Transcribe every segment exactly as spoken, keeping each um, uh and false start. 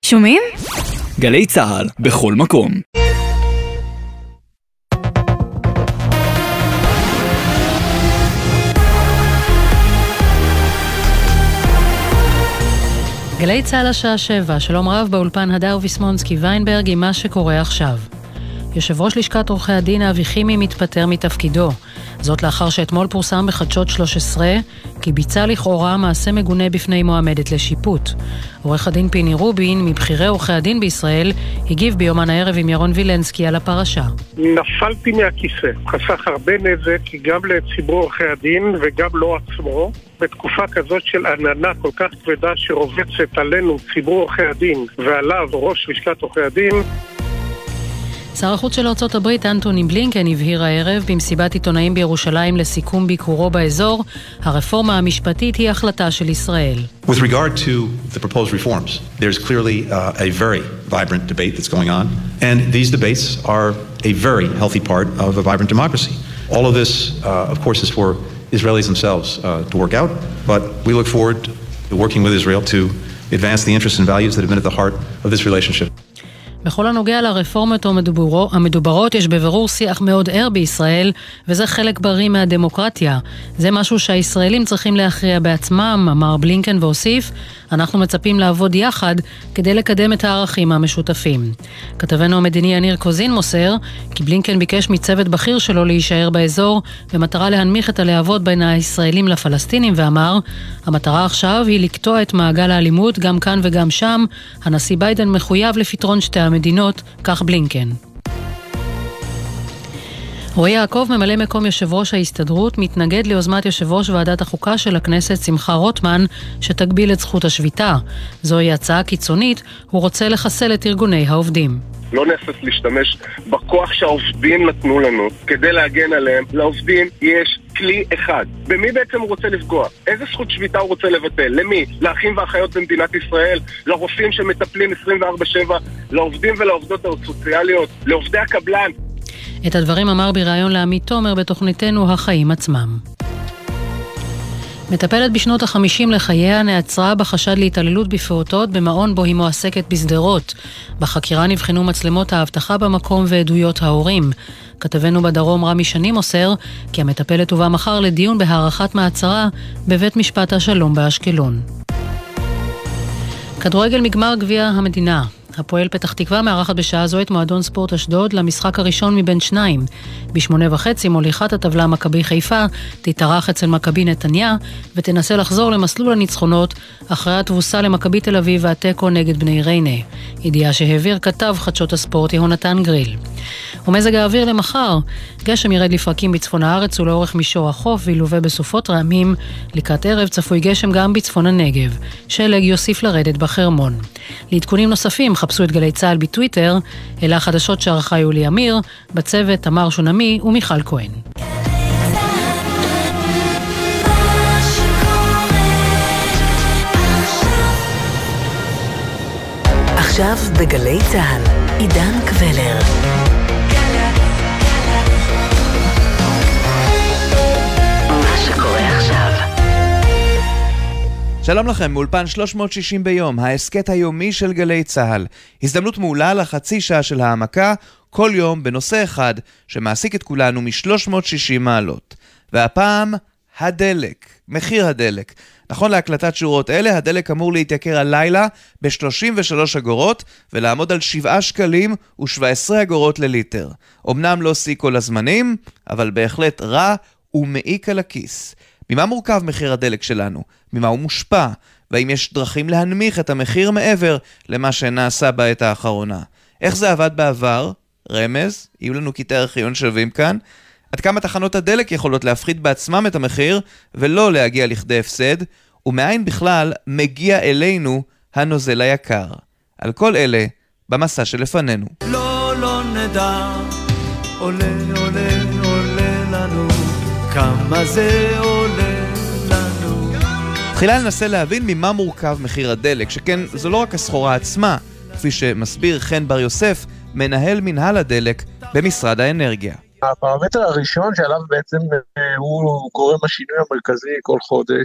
שומעים? גלי צהל בכל מקום. גלי צהל השעה שבע, שלום רב באולפן הדר ויסמונסקי ויינברג עם מה שקורה עכשיו. יושב ראש לשכת עורכי הדין אבי חימי מתפטר מתפקידו. זאת לאחר שאתמול פורסם בחדשות שלוש עשרה כי ביצע לכאורה מעשה מגונה בפני מועמדת לשיפוט. עורך הדין פיני רובין, מבחירי עורכי הדין בישראל, הגיב ביומן הערב עם ירון וילנסקי על הפרשה. נפלתי מהכיסא, חסך הרבה נזק גם לציבור עורכי הדין וגם לא עצמו. בתקופה כזאת של עננה כל כך כבדה שרובצת עלינו ציבור עורכי הדין ועליו ראש לשכת עורכי הדין. שר החוץ של ארצות הברית אנטוני בלינקן הבהיר הערב במסיבת עיתונאים בירושלים לסיכום ביקורו באזור, הרפורמה המשפטית היא החלטה של ישראל. With regard to the proposed reforms, there's clearly uh, a very vibrant debate that's going on, and these debates are a very healthy part of a vibrant democracy. All of this, uh, of course, is for Israelis themselves uh, to work out, but we look forward to working with Israel to advance the interests and values that have been at the heart of this relationship. בכל הנוגע לרפורמות המדוברות יש בבירור שיח מאוד ער בישראל, וזה חלק בריא מהדמוקרטיה. זה משהו שהישראלים צריכים להכריע בעצמם, אמר בלינקן והוסיף, אנחנו מצפים לעבוד יחד כדי לקדם את הערכים המשותפים. כתבנו המדיני יניר קוזין מוסר כי בלינקן ביקש מצוות בכיר שלו להישאר באזור במטרה להנמיך את הלהבות בין הישראלים לפלסטינים, ואמר, המטרה עכשיו היא לקטוע את מעגל האלימות גם כאן וגם שם. הנשיא ביידן מחויב לפתרון שתי המדינות, כך בלינקן. רועי יעקב, ממלא מקום יושב ראש ההסתדרות, מתנגד ליוזמת יושב ראש ועדת החוקה של הכנסת שמחה רוטמן שתגביל את זכות השביתה. זוהי הצעה קיצונית, הוא רוצה לחסל את ארגוני העובדים. לא נהסס להשתמש בכוח שהעובדים נתנו לנו כדי להגן עליהם. לעובדים יש כלי אחד. במי בעצם הוא רוצה לפגוע? איזה זכות שביתה הוא רוצה לבטל? למי? לאחים ואחיות במדינת ישראל? לרופאים שמטפלים עשרים וארבע שבע? לעובדים ולעובדות הסוציאליות? לעובדי הקבלן? את הדברים אמר בריאיון לעמית תומר בתוכניתנו החיים עצמם. מטפלת בשנות החמישים לחייה נעצרה בחשד להתעללות בפעוטות במעון בו היא מועסקת בסדרות. בחקירה נבחנו מצלמות האבטחה במקום ועדויות ההורים. כתבנו בדרום רמי שני מוסר כי המטפלת הובאה מחר לדיון בהארכת מעצרה בבית משפט השלום באשקלון. כדורגל מגמר גביע המדינה. הפועל פתח תקווה מארחת בשעה זו את מועדון ספורט אשדוד למשחק הראשון מבין שניים. בשמונה וחצי מוליכת הטבלה מכבי חיפה תתארח אצל מכבי נתניה ותנסה לחזור למסלול הניצחונות אחרי התבוסה למכבי תל אביב והטקו נגד בני ריינה. ידיעה שהעביר כתב חדשות הספורט יהונתן גריל. ומזג האוויר למחר, גשם ירד לפרקים בצפון הארץ ולאורך מישור החוף וילווה בסופות רעמים. לקראת ערב צפוי גשם גם בצפון הנגב. שלג יוסיף לרדת בחרמון. לעדכונים נוספים חפשו את גלי צהל בטוויטר. אלה החדשות שערכה יולי אמיר, בצוות תמר שונמי ומיכל כהן. עכשיו בגלי צהל, עידן קבלר. מה שקורה עכשיו. שלום לכם, מאולפן שלוש מאות ושישים ביום, העסקת היומי של גלי צהל. הזדמנות מעולה לחצי שעה של העמקה, כל יום בנושא אחד שמעסיק את כולנו מ-שלוש מאות ושישים מעלות. והפעם, הדלק, מחיר הדלק. נכון להקלטת שורות אלה, הדלק אמור להתייקר הלילה ב-שלושים ושלוש אגורות ולעמוד על שבעה שקלים ושבע עשרה אגורות לליטר. אמנם לא שיא כל הזמנים, אבל בהחלט רע ומעיק על הכיס. ממה מורכב מחיר הדלק שלנו? ממה הוא מושפע? והאם יש דרכים להנמיך את המחיר מעבר למה שנעשה בעת האחרונה? איך זה עבד בעבר? רמז, יהיו לנו קטעי ארכיון שווים כאן. עד כמה תחנות הדלק יכולות להפחית בעצמם את המחיר ולא להגיע לכדי הפסד? ומאין בכלל מגיע אלינו הנוזל היקר? על כל אלה במסע שלפנינו. לא, לא נדע, עולה, עולה, עולה לנו, כמה זה עולה לנו. תחילה ננסה להבין ממה מורכב מחיר הדלק, שכן זו לא רק הסחורה עצמה, כפי שמסביר חן בר יוסף, מנהל מנהל הדלק במשרד האנרגיה. הפרמטר הראשון שעליו בעצם הוא גורם השינוי המרכזי כל חודש,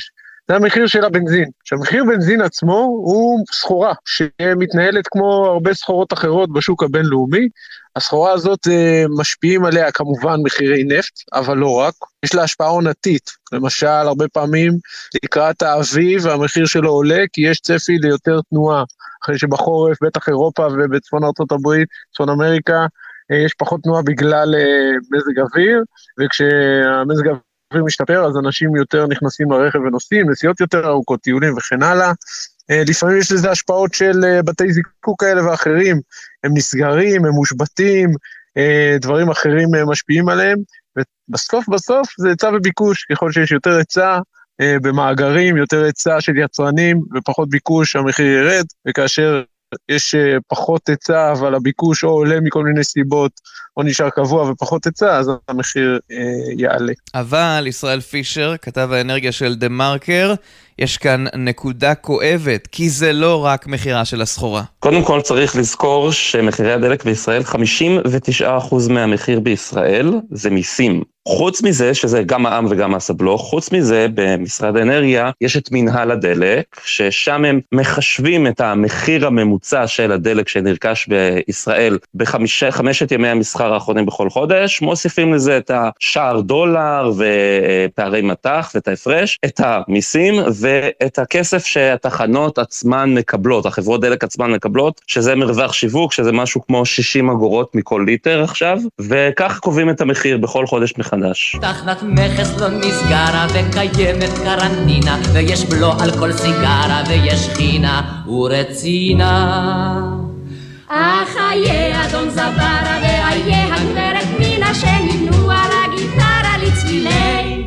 זה המחיר של הבנזין. שהמחיר בנזין עצמו הוא סחורה, שמתנהלת כמו הרבה סחורות אחרות בשוק הבינלאומי. הסחורה הזאת משפיעים עליה כמובן מחירי נפט, אבל לא רק. יש לה השפעה עונתית. למשל, הרבה פעמים לקראת האביב, המחיר שלו עולה, כי יש צפי ליותר תנועה. אחרי שבחורף, בטח אירופה ובצפון ארצות הברית, צפון אמריקה, יש פחות תנועה בגלל מזג אוויר, וכשהמזג האוויר משתפר, אז אנשים יותר נכנסים לרכב ונוסעים, נסיעות יותר ארוכות, טיולים וכן הלאה. לפעמים יש לזה השפעות של בתי זיקוק כאלה ואחרים, הם נסגרים, הם מושבתים, דברים אחרים משפיעים עליהם, ובסוף בסוף זה היצע וביקוש, ככל שיש יותר היצע במאגרים, יותר היצע של יצרנים ופחות ביקוש, המחיר ירד, וכאשר יש פחות היצע, אבל הביקוש או עולה מכל מיני סיבות, או נשאר קבוע ופחות היצע, אז המחיר אה, יעלה. אבל ישראל פישר, כתב האנרגיה של דה מרקר, יש כאן נקודה כואבת, כי זה לא רק מחירה של הסחורה. קודם כל צריך לזכור שמחירי הדלק בישראל, חמישים ותשעה אחוז מהמחיר בישראל זה מיסים. חוץ מזה, שזה גם העם וגם הסבלו, חוץ מזה, במשרד האנרגיה יש את מנהל הדלק, ששם הם מחשבים את המחיר הממוצע של הדלק שנרכש בישראל בחמשת ימי המסחר האחרונים בכל חודש, מוסיפים לזה את השער דולר ופערי מתח ואת ההפרש, את המיסים ואת הכסף שהתחנות עצמן מקבלות, החברות דלק עצמן מקבלות, שזה מרווח שיווק, שזה משהו כמו שישים אגורות מכל ליטר עכשיו, וכך קובעים את המחיר בכל חודש מחדש. תחנת מכס לא נסגרה וקיימת קרנטינה, ויש בלו על כל סיגרה ויש חינה ורצינה. אך איה אדון זברה ואיה הגברת מינה שנינו על הגיטרה לצלילי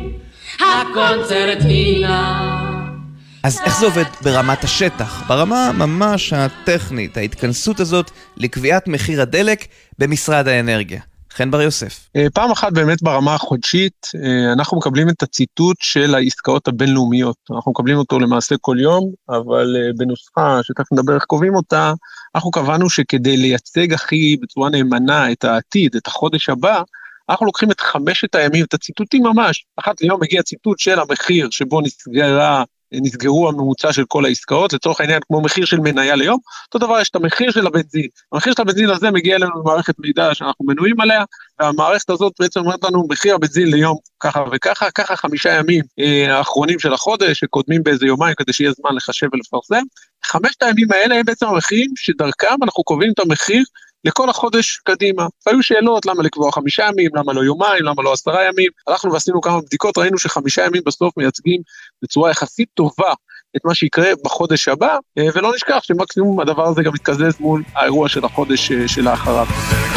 הקונצרטינה. אז איך זה עובד ברמת השטח? ברמה ממש הטכנית, ההתכנסות הזאת לקביעת מחיר הדלק במשרד האנרגיה. חן בר יוסף. פעם אחת באמת ברמה החודשית, אנחנו מקבלים את הציטוט של העסקאות הבינלאומיות. אנחנו מקבלים אותו למעשה כל יום, אבל בנוסחה שתכף נדבר איך קובעים אותה, אנחנו קבענו שכדי לייצג הכי בצורה נאמנה את העתיד, את החודש הבא, אנחנו לוקחים את חמשת הימים, את הציטוטים ממש. אחת ליום מגיע ציטוט של המחיר שבו נסגרה, נסגרו הממוצע של כל העסקאות, לצורך העניין כמו מחיר של מניה ליום, אותו דבר יש את המחיר של הבנזין. המחיר של הבנזין הזה מגיע אלינו במערכת מידע שאנחנו מנויים עליה, והמערכת הזאת בעצם אומרת לנו מחיר הבנזין ליום ככה וככה, ככה חמישה ימים אה, האחרונים של החודש, שקודמים באיזה יומיים כדי שיהיה זמן לחשב ולפרסם. חמשת הימים האלה הם בעצם המחירים שדרכם אנחנו קובעים את המחיר לכל החודש קדימה. והיו שאלות, למה לקבוע חמישה ימים, למה לא יומיים, למה לא עשרה ימים. הלכנו ועשינו כמה בדיקות, ראינו שחמישה ימים בסוף מייצגים בצורה יחסית טובה את מה שיקרה בחודש הבא, ולא נשכח שמקסימום הדבר הזה גם מתקזז מול האירוע של החודש שלאחריו.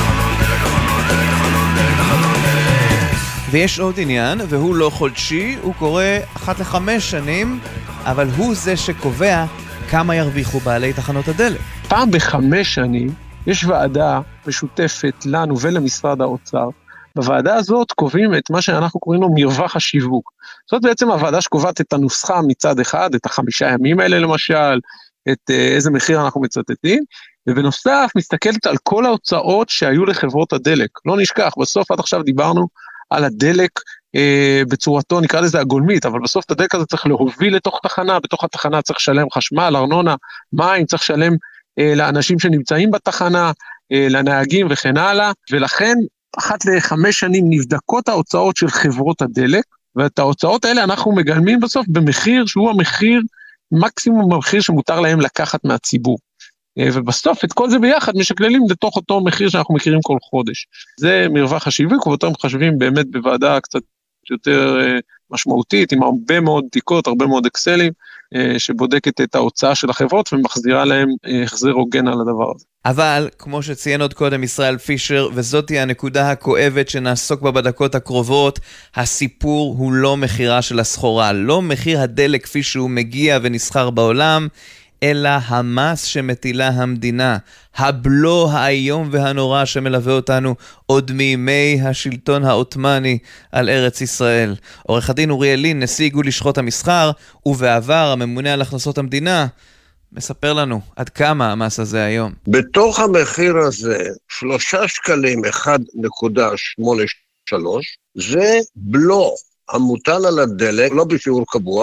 ויש עוד עניין, והוא לא חודשי, הוא קורה אחת לחמש שנים, אבל הוא זה שקובע כמה ירוויחו בעלי תחנות הדלק. פעם בחמש שנים, יש ועדה משותפת לנו ולמשרד האוצר. בוועדה הזאת קובעים את מה שאנחנו קוראים לו מרווח השיווק. זאת בעצם הוועדה שקובעת את הנוסחה מצד אחד, את החמישה ימים האלה למשל, את איזה מחיר אנחנו מצטטים, ובנוסף מסתכלת על כל ההוצאות שהיו לחברות הדלק. לא נשכח, בסוף עד עכשיו דיברנו על הדלק אה, בצורתו, נקרא לזה הגולמית, אבל בסוף את הדלק הזה צריך להוביל לתוך תחנה, בתוך התחנה צריך לשלם חשמל, ארנונה, מים, צריך לשלם לאנשים שנמצאים בתחנה, לנהגים וכן הלאה, ולכן אחת לחמש שנים נבדקות ההוצאות של חברות הדלק, ואת ההוצאות האלה אנחנו מגלמים בסוף במחיר שהוא המחיר, מקסימום המחיר שמותר להם לקחת מהציבור. ובסוף את כל זה ביחד משקללים לתוך אותו מחיר שאנחנו מכירים כל חודש. זה מרווח השיווק, ואותם חשבים באמת בוועדה קצת יותר משמעותית, עם הרבה מאוד בדיקות, הרבה מאוד אקסלים, שבודקת את ההוצאה של החברות ומחזירה להם החזר הוגן על הדבר הזה. אבל, כמו שציין עוד קודם ישראל פישר, וזאת היא הנקודה הכואבת שנעסוק בה בדקות הקרובות, הסיפור הוא לא מחירה של הסחורה, לא מחיר הדלק כפי שהוא מגיע ונסחר בעולם, אלא המס שמטילה המדינה, הבלו האיום והנורא שמלווה אותנו עוד מימי השלטון העות'מאני על ארץ ישראל. עורך הדין אוריאל לין, נשיא איגוד לשכות המסחר, ובעבר הממונה על הכנסות המדינה, מספר לנו עד כמה המס הזה היום. בתוך המחיר הזה, שלושה שקלים אחד נקודה שמונה שלוש, זה בלו המוטל על הדלק, לא בשיעור קבוע,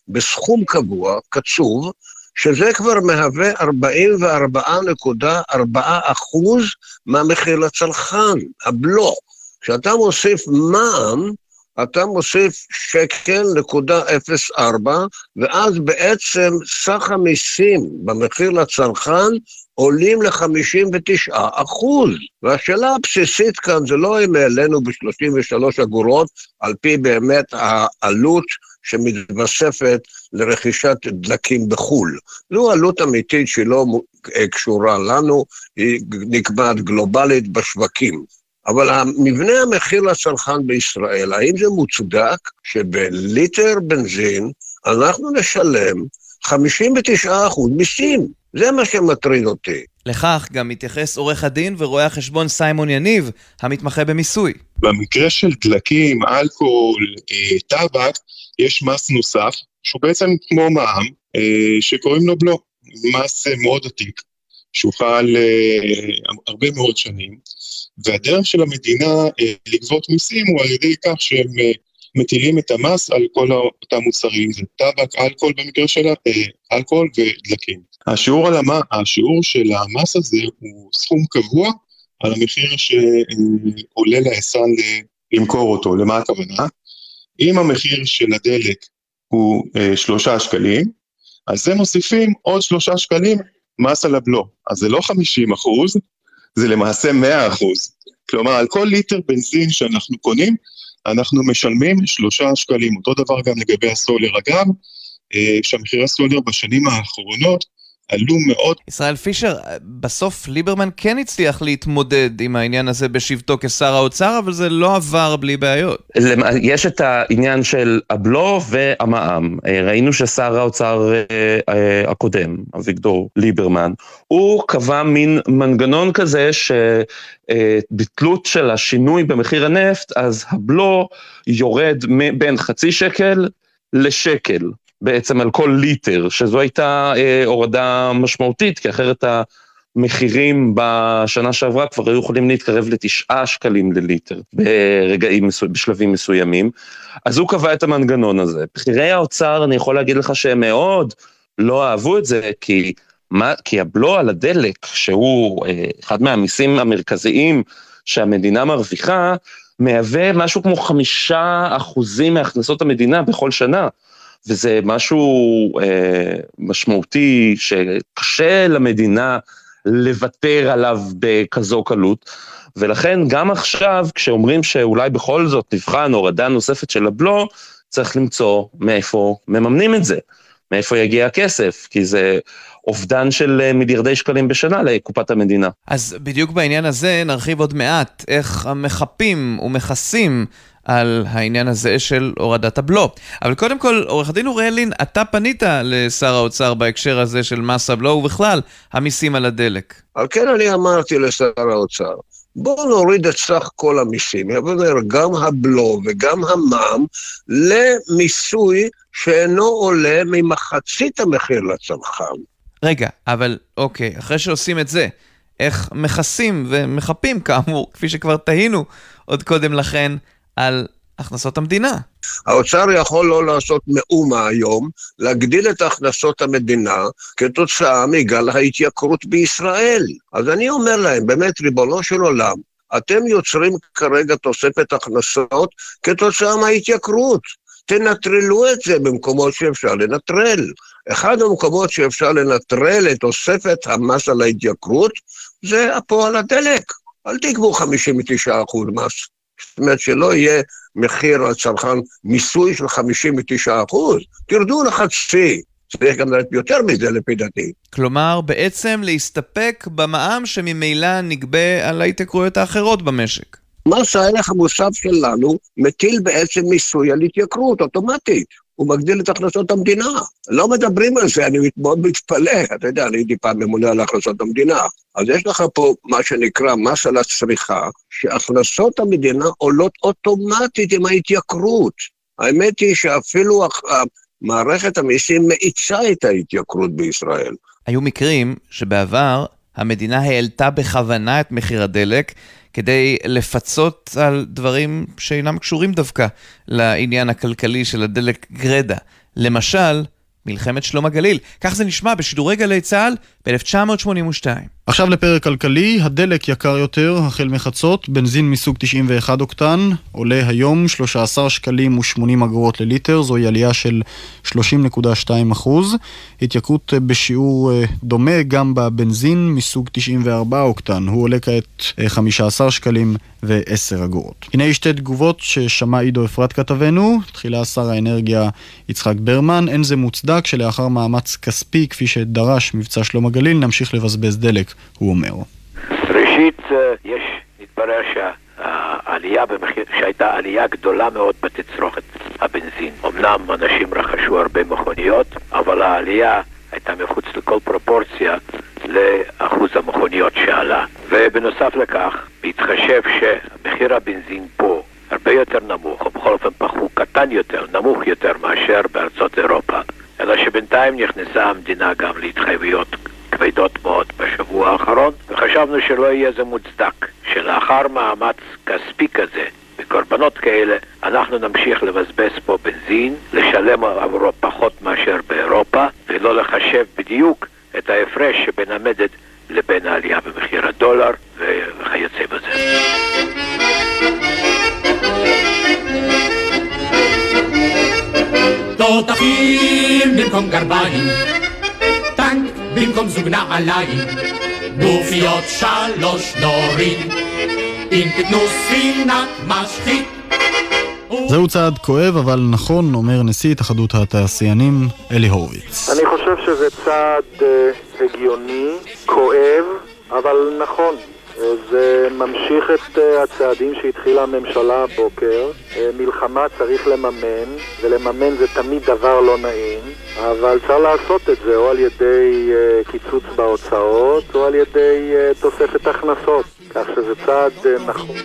בסכום קבוע, קצוב, שזה כבר מהווה ארבעים וארבע נקודה ארבע אחוז מהמחיר לצרכן, הבלו. כשאתה מוסיף מע"מ, אתה מוסיף שקל נקודה אפס ארבע, ואז בעצם סך המיסים במחיר לצרכן עולים ל-חמישים ותשעה אחוז. והשאלה הבסיסית כאן זה לא אם העלינו ב-שלושים ושלוש אגורות, על פי באמת העלות שמתווספת לרכישת דלקים בחול. זו עלות אמיתית שלא קשורה לנו, היא נקבעת גלובלית בשווקים. אבל המבנה המחיר לצרכן בישראל, האם זה מוצדק שבליטר בנזין אנחנו נשלם חמישים ותשעה אחוז מיסים? זה מה שמטריד אותי. לכך גם מתייחס עורך הדין ורואה החשבון סיימון יניב, המתמחה במיסוי. במקרה של דלקים, אלכוהול, טבק, יש מס נוסף, שהוא בעצם כמו מע"מ, שקוראים לו בלו. מס מאוד עתיק, שהוא חל הרבה מאוד שנים, והדרך של המדינה לגבות מיסים הוא על ידי כך שהם מטילים את המס על כל אותם מוצרים, זה טבק, אלכוהול במקרה שלה, אלכוהול ודלקים. השיעור, על המ... השיעור של המס הזה הוא סכום קבוע על המחיר שעולה לעסן למכור אותו. למה הכוונה? אם המחיר של הדלק הוא שלושה שקלים, אז זה מוסיפים עוד שלושה שקלים מס על הבלו. אז זה לא חמישים אחוז, זה למעשה מאה אחוז. כלומר, על כל ליטר בנזין שאנחנו קונים, אנחנו משלמים שלושה שקלים. אותו דבר גם לגבי הסולר. אגב, שהמחירי הסולר בשנים האחרונות עלו מאוד. ישראל פישר, בסוף ליברמן כן הצליח להתמודד עם העניין הזה בשבתו כשר האוצר, אבל זה לא עבר בלי בעיות. יש את העניין של הבלו והמע"מ. ראינו ששר האוצר הקודם, אביגדור ליברמן, הוא קבע מין מנגנון כזה שבתלות של השינוי במחיר הנפט, אז הבלו יורד בין חצי שקל לשקל. בעצם על כל ליטר, שזו הייתה אה, הורדה משמעותית, כי אחרת המחירים בשנה שעברה כבר היו יכולים להתקרב לתשעה שקלים לליטר, ברגעים, בשלבים מסוימים. אז הוא קבע את המנגנון הזה. בחירי האוצר, אני יכול להגיד לך שהם מאוד לא אהבו את זה, כי, מה, כי הבלו על הדלק, שהוא אה, אחד מהמיסים המרכזיים שהמדינה מרוויחה, מהווה משהו כמו חמישה אחוזים מהכנסות המדינה בכל שנה. וזה משהו אה, משמעותי שקשה למדינה לוותר עליו בכזו קלות, ולכן גם עכשיו כשאומרים שאולי בכל זאת נבחן הורדה נוספת של הבלו, צריך למצוא מאיפה מממנים את זה, מאיפה יגיע הכסף, כי זה אובדן של מיליארדי שקלים בשנה לקופת המדינה. אז בדיוק בעניין הזה נרחיב עוד מעט, איך המחפים ומכסים על העניין הזה של הורדת הבלו. אבל קודם כל, עורך הדין אוריאל לין, אתה פנית לשר האוצר בהקשר הזה של מס הבלו ובכלל המיסים על הדלק. על כן אני אמרתי לשר האוצר, בואו נוריד את סך כל המיסים, גם הבלו וגם המע"מ, למיסוי שאינו עולה ממחצית המחיר לצרכן. רגע, אבל אוקיי, אחרי שעושים את זה, איך מכסים ומחפים כאמור, כפי שכבר תהינו עוד קודם לכן, על הכנסות המדינה. האוצר יכול לא לעשות מאומה היום, להגדיל את הכנסות המדינה כתוצאה מגל ההתייקרות בישראל. אז אני אומר להם, באמת ריבונו של עולם, אתם יוצרים כרגע תוספת הכנסות כתוצאה מההתייקרות. תנטרלו את זה במקומות שאפשר לנטרל. אחד המקומות שאפשר לנטרל את תוספת המס על ההתייקרות, זה הפועל הדלק. אל תקבעו חמישים ותשעה אחוז מס. זאת אומרת שלא יהיה מחיר לצרכן מיסוי של חמישים ותשעה אחוז, תרדו לחצי, צריך גם לדעת יותר מזה לפי דעתי. כלומר, בעצם להסתפק במע"מ שממילא נגבה על ההתייקרויות האחרות במשק. מס הערך המוסף שלנו מטיל בעצם מיסוי על התייקרות אוטומטית. הוא מגדיל את הכנסות המדינה. לא מדברים על זה, אני מאוד מתפלא. אתה יודע, אני הייתי פעם ממונה על הכנסות המדינה. אז יש לך פה מה שנקרא מס על הצריכה, שהכנסות המדינה עולות אוטומטית עם ההתייקרות. האמת היא שאפילו מערכת המיסים מאיצה את ההתייקרות בישראל. היו מקרים שבעבר המדינה העלתה בכוונה את מחיר הדלק, כדי לפצות על דברים שאינם קשורים דווקא לעניין הכלכלי של הדלק גרדה. למשל, מלחמת שלום הגליל. כך זה נשמע בשידורי גלי צהל ב-אלף תשע מאות שמונים ושתיים. עכשיו לפרק כלכלי, הדלק יקר יותר, החל מחצות, בנזין מסוג תשעים ואחד אוקטן, עולה היום שלושה עשר שקלים ושמונים אגורות לליטר, זוהי עלייה של שלושים נקודה שתיים אחוז, התייקרות בשיעור דומה גם בבנזין מסוג תשעים וארבע אוקטן, הוא עולה כעת חמישה עשר שקלים ועשר אגורות. הנה שתי תגובות ששמע עידו אפרת כתבנו, תחילה שר האנרגיה יצחק ברמן, אין זה מוצדק שלאחר מאמץ כספי כפי שדרש מבצע שלום הגליל, נמשיך לבזבז דלק, הוא אומר. ראשית, יש, נתברר שהעלייה במחיר, שהייתה עלייה גדולה מאוד בתצרוכת הבנזין. אמנם אנשים רכשו הרבה מכוניות, אבל העלייה הייתה מחוץ לכל פרופורציה לאחוז המכוניות שעלה. ובנוסף לכך, בהתחשב שמחיר הבנזין פה הרבה יותר נמוך, או בכל אופן פחו קטן יותר, נמוך יותר מאשר בארצות אירופה, אלא שבינתיים נכנסה המדינה גם להתחייבויות כבדות מאוד בשבוע האחרון, וחשבנו שלא יהיה זה מוצדק, שלאחר מאמץ כספי כזה, בקורבנות כאלה, אנחנו נמשיך לבזבז פה בנזין, לשלם עבורו פחות מאשר באירופה, ולא לחשב בדיוק את ההפרש שבין המדד לבין העלייה במחיר הדולר וכיוצא בזה. תותחים במקום גרביים, טנק במקום זוג נעליים, גופיות שלוש דורים, אם תתנו ספינת משחית. זהו צעד כואב אבל נכון, אומר נשיא התאחדות התעשיינים אלי הורוביץ. אני חושב שזה צעד אה, הגיוני, כואב, אבל נכון. זה ממשיך את הצעדים שהתחילה הממשלה הבוקר. מלחמה צריך לממן, ולממן זה תמיד דבר לא נעים, אבל צריך לעשות את זה או על ידי קיצוץ בהוצאות או על ידי תוספת הכנסות, כך שזה צעד נכון.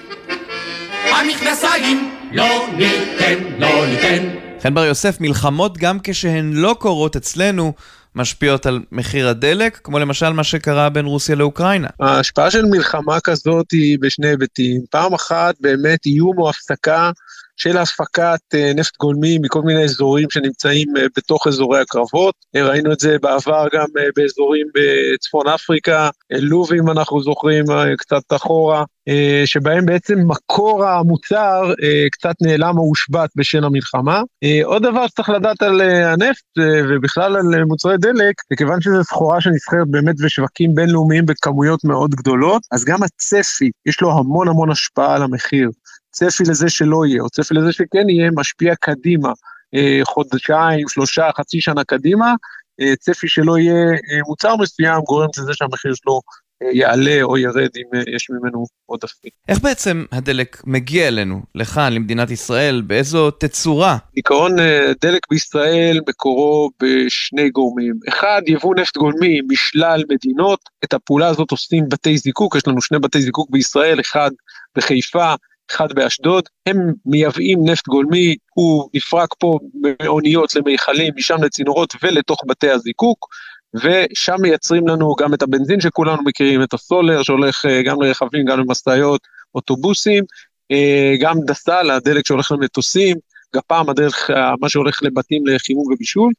המכנסיים לא ניתן, לא ניתן. חן בר יוסף, מלחמות גם כשהן לא קורות אצלנו משפיעות על מחיר הדלק, כמו למשל מה שקרה בין רוסיה לאוקראינה. ההשפעה של מלחמה כזאת היא בשני היבטים. פעם אחת באמת איום או הפסקה של הפקת נפט גולמי מכל מיני אזורים שנמצאים בתוך אזורי הקרבות. ראינו את זה בעבר גם באזורים בצפון אפריקה, לוב אם אנחנו זוכרים קצת אחורה, שבהם בעצם מקור המוצר קצת נעלם או הושבת בשל המלחמה. עוד דבר שצריך לדעת על הנפט ובכלל על מוצרי דלק, וכיוון שזו סחורה שנסחרת באמת בשווקים בינלאומיים בכמויות מאוד גדולות, אז גם הצפי יש לו המון המון השפעה על המחיר. צפי לזה שלא יהיה, או צפי לזה שכן יהיה, משפיע קדימה, חודשיים, שלושה, חצי שנה קדימה, צפי שלא יהיה מוצר מסוים, גורם לזה שהמחיר שלו יעלה או ירד אם יש ממנו עודפים. איך בעצם הדלק מגיע אלינו, לכאן, למדינת ישראל, באיזו תצורה? בעיקרון דלק בישראל מקורו בשני גורמים. אחד, יבוא נפט גולמי משלל מדינות, את הפעולה הזאת עושים בתי זיקוק, יש לנו שני בתי זיקוק בישראל, אחד בחיפה, אחד באשדוד, הם מייבאים נפט גולמי, הוא נפרק פה מאוניות למיכלים, משם לצינורות ולתוך בתי הזיקוק, ושם מייצרים לנו גם את הבנזין שכולנו מכירים, את הסולר שהולך גם לרכבים, גם למשאיות, אוטובוסים, גם דסל, הדלק שהולך למטוסים, גפ"ם, הדרך, מה שהולך לבתים לחימום ובישול,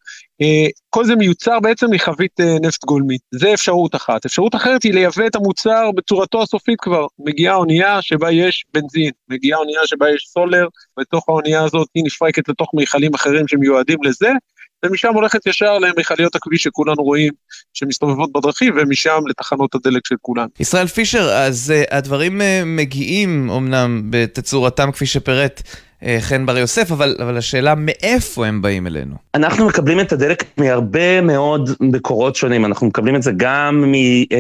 כל זה מיוצר בעצם מחבית נפט גולמי. זה אפשרות אחת. אפשרות אחרת היא לייבא את המוצר בצורתו הסופית כבר. מגיעה אונייה שבה יש בנזין, מגיעה אונייה שבה יש סולר, בתוך האונייה הזאת היא נפרקת לתוך מיכלים אחרים שמיועדים לזה, ומשם הולכת ישר למכליות הכביש שכולנו רואים שמסתובבות בדרכים, ומשם לתחנות הדלק של כולנו. ישראל פישר, אז הדברים מגיעים אומנם בתצורתם כפי שפרט חן בר יוסף, אבל, אבל השאלה מאיפה הם באים אלינו? אנחנו מקבלים את הדלק מהרבה מאוד מקורות שונים, אנחנו מקבלים את זה גם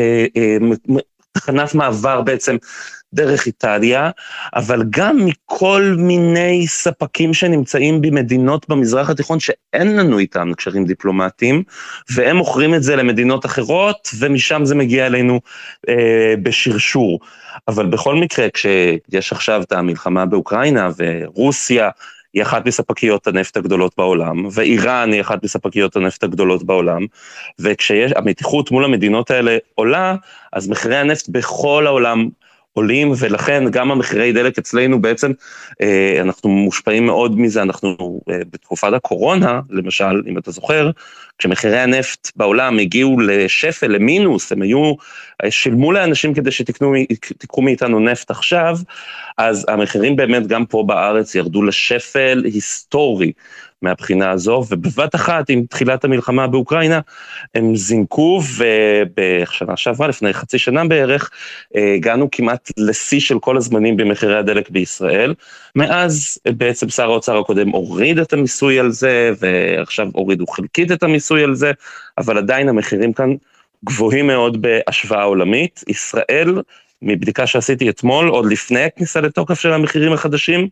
מתחנת מעבר בעצם דרך איטליה, אבל גם מכל מיני ספקים שנמצאים במדינות במזרח התיכון שאין לנו איתם קשרים דיפלומטיים, והם מוכרים את זה למדינות אחרות, ומשם זה מגיע אלינו אה, בשרשור. אבל בכל מקרה, כשיש עכשיו את המלחמה באוקראינה, ורוסיה היא אחת מספקיות הנפט הגדולות בעולם, ואיראן היא אחת מספקיות הנפט הגדולות בעולם, וכשהמתיחות מול המדינות האלה עולה, אז מחירי הנפט בכל העולם עולים, ולכן גם המחירי דלק אצלנו בעצם, אנחנו מושפעים מאוד מזה, אנחנו בתקופת הקורונה, למשל, אם אתה זוכר, כשמחירי הנפט בעולם הגיעו לשפל, למינוס, הם היו, שילמו לאנשים כדי שתקחו מאיתנו נפט עכשיו, אז המחירים באמת גם פה בארץ ירדו לשפל היסטורי, מהבחינה הזו, ובבת אחת עם תחילת המלחמה באוקראינה, הם זינקו, ובשנה שעברה, לפני חצי שנה בערך, הגענו כמעט לשיא של כל הזמנים במחירי הדלק בישראל, מאז בעצם שר האוצר הקודם הוריד את המיסוי על זה, ועכשיו הורידו חלקית את המיסוי על זה, אבל עדיין המחירים כאן גבוהים מאוד בהשוואה עולמית, ישראל, מבדיקה שעשיתי אתמול, עוד לפני הכניסה לתוקף של המחירים החדשים,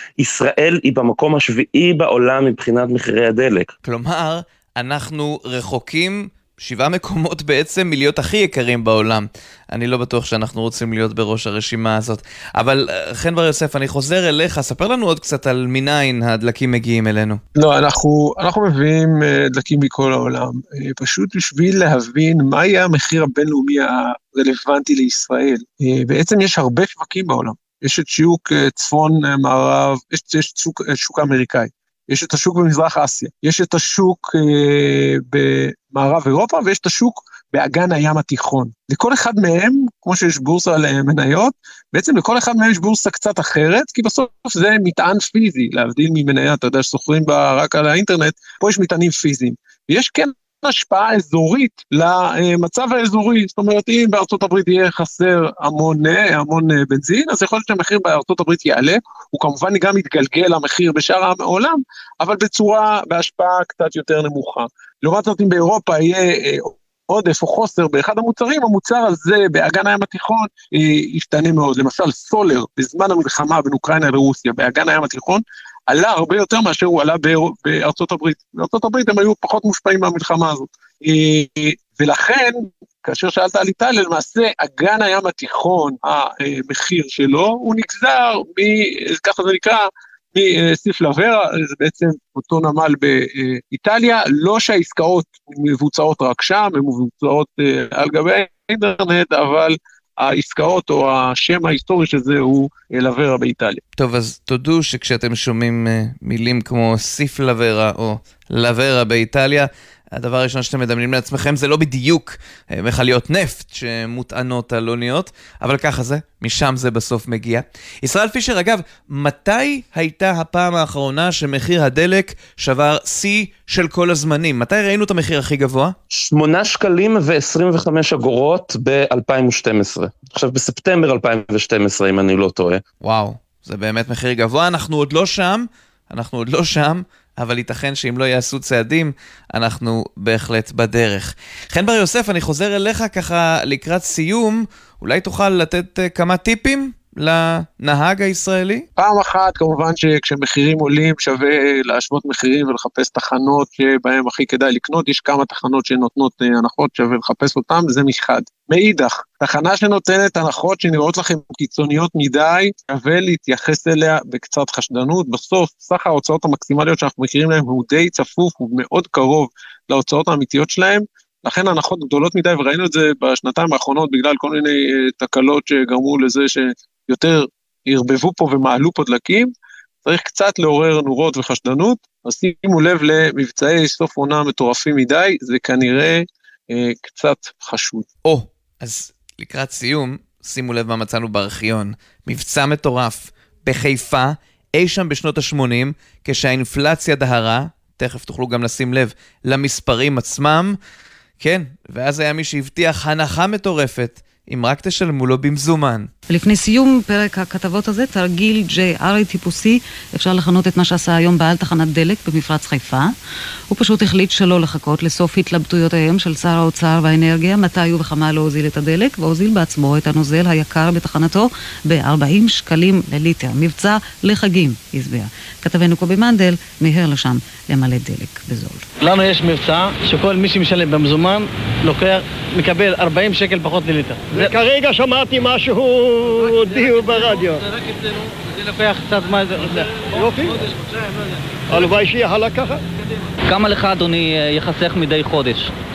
ישראל היא במקום השביעי בעולם מבחינת מחירי הדלק. כלומר, אנחנו רחוקים שבעה מקומות בעצם מלהיות הכי יקרים בעולם. אני לא בטוח שאנחנו רוצים להיות בראש הרשימה הזאת. אבל חן בר יוסף, אני חוזר אליך, ספר לנו עוד קצת על מניין הדלקים מגיעים אלינו. לא, אנחנו, אנחנו מביאים דלקים מכל העולם, פשוט בשביל להבין מה יהיה המחיר הבינלאומי הרלוונטי לישראל. בעצם יש הרבה שווקים בעולם. יש את שוק צפון מערב, יש, יש שוק, שוק אמריקאי. יש את השוק במזרח אסיה, יש את השוק אה, במערב אירופה, ויש את השוק באגן הים התיכון. לכל אחד מהם, כמו שיש בורסה למניות, בעצם לכל אחד מהם יש בורסה קצת אחרת, כי בסוף זה מטען פיזי, להבדיל ממניה, אתה יודע שסוחרים בה רק על האינטרנט, פה יש מטענים פיזיים. ויש כן השפעה אזורית למצב האזורי, זאת אומרת, אם בארצות הברית יהיה חסר המון, המון בנזין, אז יכול להיות שהמחיר בארצות הברית יעלה, הוא כמובן גם יתגלגל למחיר בשאר העולם, אבל בצורה, בהשפעה קצת יותר נמוכה. לעומת זאת, אם באירופה יהיה עודף או חוסר באחד המוצרים, המוצר הזה באגן הים התיכון ישתנה מאוד. למשל, סולר, בזמן המלחמה בין אוקראינה לרוסיה, באגן הים התיכון, עלה הרבה יותר מאשר הוא עלה בארצות הברית. בארצות הברית הם היו פחות מושפעים מהמלחמה הזאת. ולכן, כאשר שאלת על איטליה, למעשה אגן הים התיכון, המחיר שלו, הוא נגזר, ככה זה נקרא, מסיפלוורה, זה בעצם אותו נמל באיטליה, לא שהעסקאות מבוצעות רק שם, הן מבוצעות על גבי האינטרנט, אבל העסקאות או השם ההיסטורי של זה הוא לוורה באיטליה. טוב, אז תודו שכשאתם שומעים מילים כמו סיפלוורה או לוורה באיטליה, הדבר הראשון שאתם מדמיינים לעצמכם זה לא בדיוק מכליות נפט שמוטענות על אוניות, אבל ככה זה, משם זה בסוף מגיע. ישראל פישר, אגב, מתי הייתה הפעם האחרונה שמחיר הדלק שבר שיא של כל הזמנים? מתי ראינו את המחיר הכי גבוה? שמונה שקלים ועשרים וחמש אגורות ב-אלפיים ושתים עשרה. עכשיו בספטמבר אלפיים ושתים עשרה, אם אני לא טועה. וואו, זה באמת מחיר גבוה, אנחנו עוד לא שם, אנחנו עוד לא שם, אבל ייתכן שאם לא יעשו צעדים, אנחנו בהחלט בדרך. חן בר יוסף, אני חוזר אליך ככה לקראת סיום, אולי תוכל לתת כמה טיפים לנהג הישראלי? פעם אחת, כמובן שכשמחירים עולים שווה להשוות מחירים ולחפש תחנות שבהם הכי כדאי לקנות, יש כמה תחנות שנותנות הנחות, שווה לחפש אותן, זה מחד. מאידך, תחנה שנותנת הנחות שנראות לכם קיצוניות מדי, שווה להתייחס אליה בקצת חשדנות. בסוף, סך ההוצאות המקסימליות שאנחנו מכירים להם הוא די צפוף, הוא מאוד קרוב להוצאות האמיתיות שלהם, לכן הנחות גדולות מדי, וראינו את זה בשנתיים האחרונות, בגלל כל מיני תקלות שגרמו לזה שיותר הרבבו פה ומעלו פה דלקים, צריך קצת לעורר נורות וחשדנות, אז שימו לב למבצעי סוף עונה מטורפים מדי, זה כנראה אה, קצת חשוד. או, אז לקראת סיום, שימו לב מה מצאנו בארכיון, מבצע מטורף בחיפה, אי שם בשנות ה-שמונים, כשהאינפלציה דהרה, תכף תוכלו גם לשים לב למספרים עצמם, כן, ואז היה מי שהבטיח הנחה מטורפת, אם רק תשלמו לו במזומן. לפני סיום פרק הכתבות הזה, תרגיל ג'יי אר טיפוסי, אפשר לכנות את מה שעשה היום בעל תחנת דלק במפרץ חיפה. הוא פשוט החליט שלא לחכות לסוף התלבטויותיהם של שר האוצר והאנרגיה, מתי וכמה לא הוזיל את הדלק, והוזיל בעצמו את הנוזל היקר בתחנתו ב-ארבעים שקלים לליטר. מבצע לחגים, הסביר. כתבנו קובי מנדל מהר לשם למלא דלק בזול. לנו יש מבצע שכל מי שמשלם במזומן לוקח, מקבל ארבעים שקל פחות לליטר. וכרגע שמעתי משהו הודיעו ברדיו. זה רק אצלנו, זה לוקח קצת מה זה... יופי. הלוואי שיהיה הלאה ככה. כמה לך אדוני יחסך מדי חודש?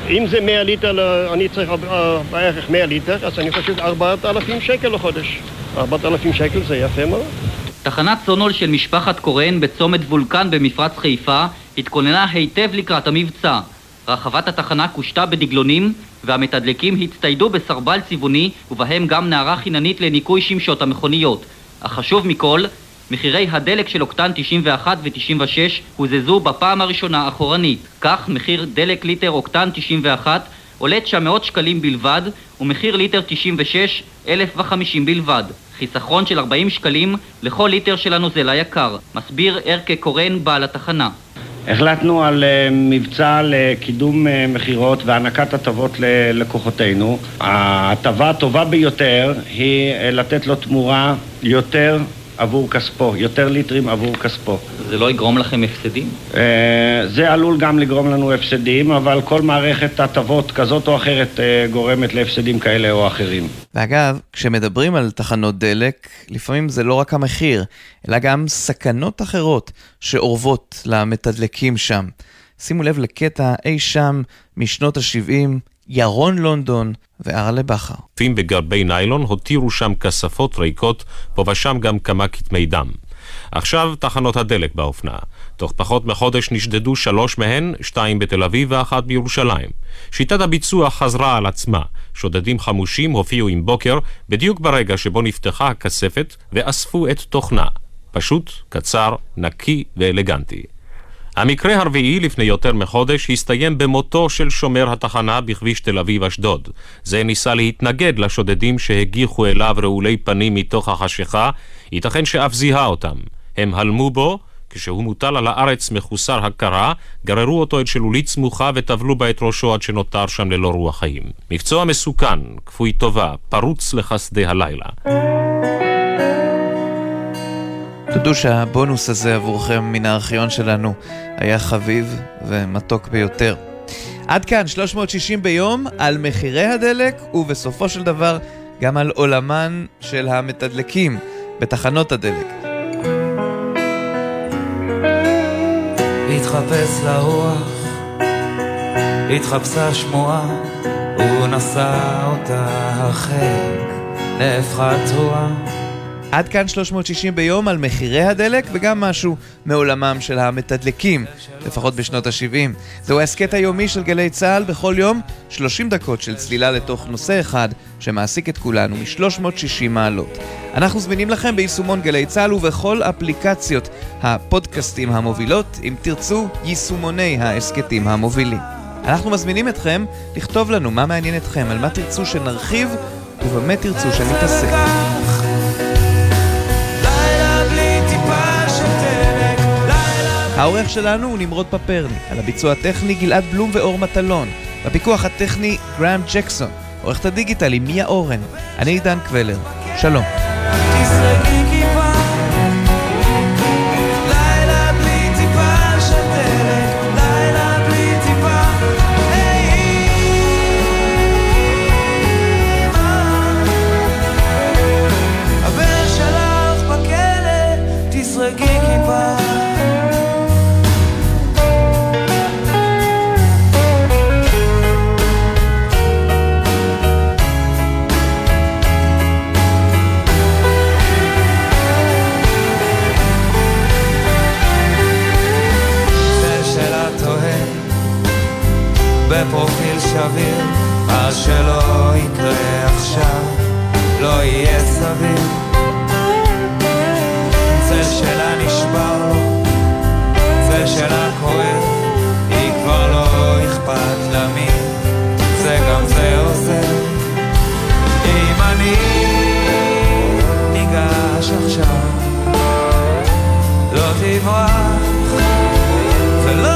אם זה מאה ליטר, אני צריך בערך מאה ליטר, אז אני חושב ארבעת אלפים שקל לחודש. ארבעת אלפים שקל זה יפה מאוד. תחנת סונול של משפחת קורן בצומת וולקן במפרץ חיפה התכוננה היטב לקראת המבצע. רחבת התחנה קושתה בדגלונים והמתדלקים הצטיידו בסרבל צבעוני ובהם גם נערה חיננית לניקוי שמשות המכוניות. החשוב מכל, מחירי הדלק של אוקטן תשעים ואחת ו-תשעים ושש הוזזו בפעם הראשונה אחורנית. כך מחיר דלק ליטר אוקטן תשעים ואחת עולה תשע מאות שקלים בלבד ומחיר ליטר תשעים ושש אלף וחמישים בלבד. חיסכון של ארבעים שקלים לכל ליטר של הנוזל היקר, מסביר ערקה קורן בעל התחנה. החלטנו על מבצע לקידום מחירות והענקת הטבות ללקוחותינו. ההטבה הטובה ביותר היא לתת לו תמורה יותר עבור כספו, יותר ליטרים עבור כספו. זה לא יגרום לכם הפסדים? זה עלול גם לגרום לנו הפסדים, אבל כל מערכת הטבות כזאת או אחרת גורמת להפסדים כאלה או אחרים. ואגב, כשמדברים על תחנות דלק, לפעמים זה לא רק המחיר, אלא גם סכנות אחרות שאורבות למתדלקים שם. שימו לב לקטע אי שם משנות ה-שבעים, ירון לונדון וארלה בחר. צופים בגרבי ניילון הותירו שם כספות ריקות, פה ושם גם כמה כתמי דם. עכשיו תחנות הדלק באופנה. תוך פחות מחודש נשדדו שלוש מהן, שתיים בתל אביב ואחת בירושלים. שיטת הביצוע חזרה על עצמה. שודדים חמושים הופיעו עם בוקר, בדיוק ברגע שבו נפתחה הכספת ואספו את תוכנה. פשוט, קצר, נקי ואלגנטי. המקרה הרביעי לפני יותר מחודש הסתיים במותו של שומר התחנה בכביש תל אביב-אשדוד. זה ניסה להתנגד לשודדים שהגיחו אליו רעולי פנים מתוך החשיכה, ייתכן שאף זיהה אותם. הם הלמו בו, כשהוא מוטל על הארץ מחוסר הכרה, גררו אותו את שלולית סמוכה וטבלו בה את ראשו עד שנותר שם ללא רוח חיים. מקצוע מסוכן, כפוי טובה, פרוץ לחסדי הלילה. תודו שהבונוס הזה עבורכם מן הארכיון שלנו היה חביב ומתוק ביותר. עד כאן שלוש מאות שישים ביום על מחירי הדלק ובסופו של דבר גם על עולמן של המתדלקים בתחנות הדלק. התחפש לרוח, התחפשה שמועה, הוא נסע אותה הרחק, נפחת רוח. עד כאן שלוש מאות שישים ביום על מחירי הדלק וגם משהו מעולמם של המתדלקים, לפחות בשנות ה-שבעים. זהו ההסקט היומי של גלי צהל, בכל יום שלושים דקות של צלילה לתוך נושא אחד שמעסיק את כולנו מ-שלוש מאות ושישים מעלות. אנחנו זמינים לכם ביישומון גלי צהל ובכל אפליקציות הפודקאסטים המובילות, אם תרצו יישומוני ההסקטים המובילים. אנחנו מזמינים אתכם לכתוב לנו מה מעניין אתכם, על מה תרצו שנרחיב ובמה תרצו שנתעסק. העורך שלנו הוא נמרוד פפרני, על הביצוע הטכני גלעד בלום ואור מטלון, בפיקוח הטכני גרם ג'קסון, עורכת הדיגיטל היא מיה אורן, אני עידן קבלר, שלום. בפרופיל שביר, מה שלא יקרה עכשיו לא יהיה סביר. זה שלה נשבר לו, זה שלה כואב, היא כבר לא אכפת למי, זה גם זה עוזר. אם אני ניגש עכשיו, לא תברח ולא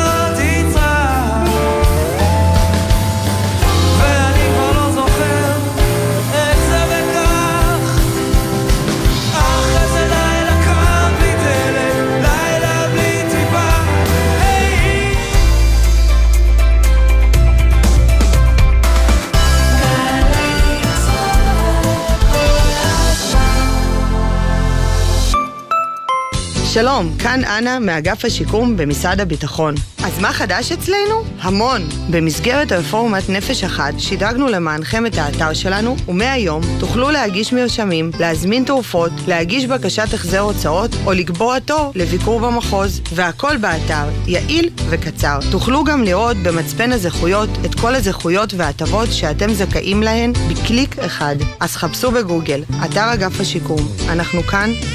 שלום, כאן אנה מאגף השיקום במשרד הביטחון. אז מה חדש אצלנו? המון. במסגרת הרפורמת נפש אחת שידרגנו למענכם את האתר שלנו, ומהיום תוכלו להגיש מרשמים, להזמין תרופות, להגיש בקשת החזר הוצאות או לקבוע תור לביקור במחוז, והכל באתר, יעיל וקצר. תוכלו גם לראות במצפן הזכויות את כל הזכויות וההטבות שאתם זכאים להן בקליק אחד. אז חפשו בגוגל, אתר אגף השיקום. אנחנו כאן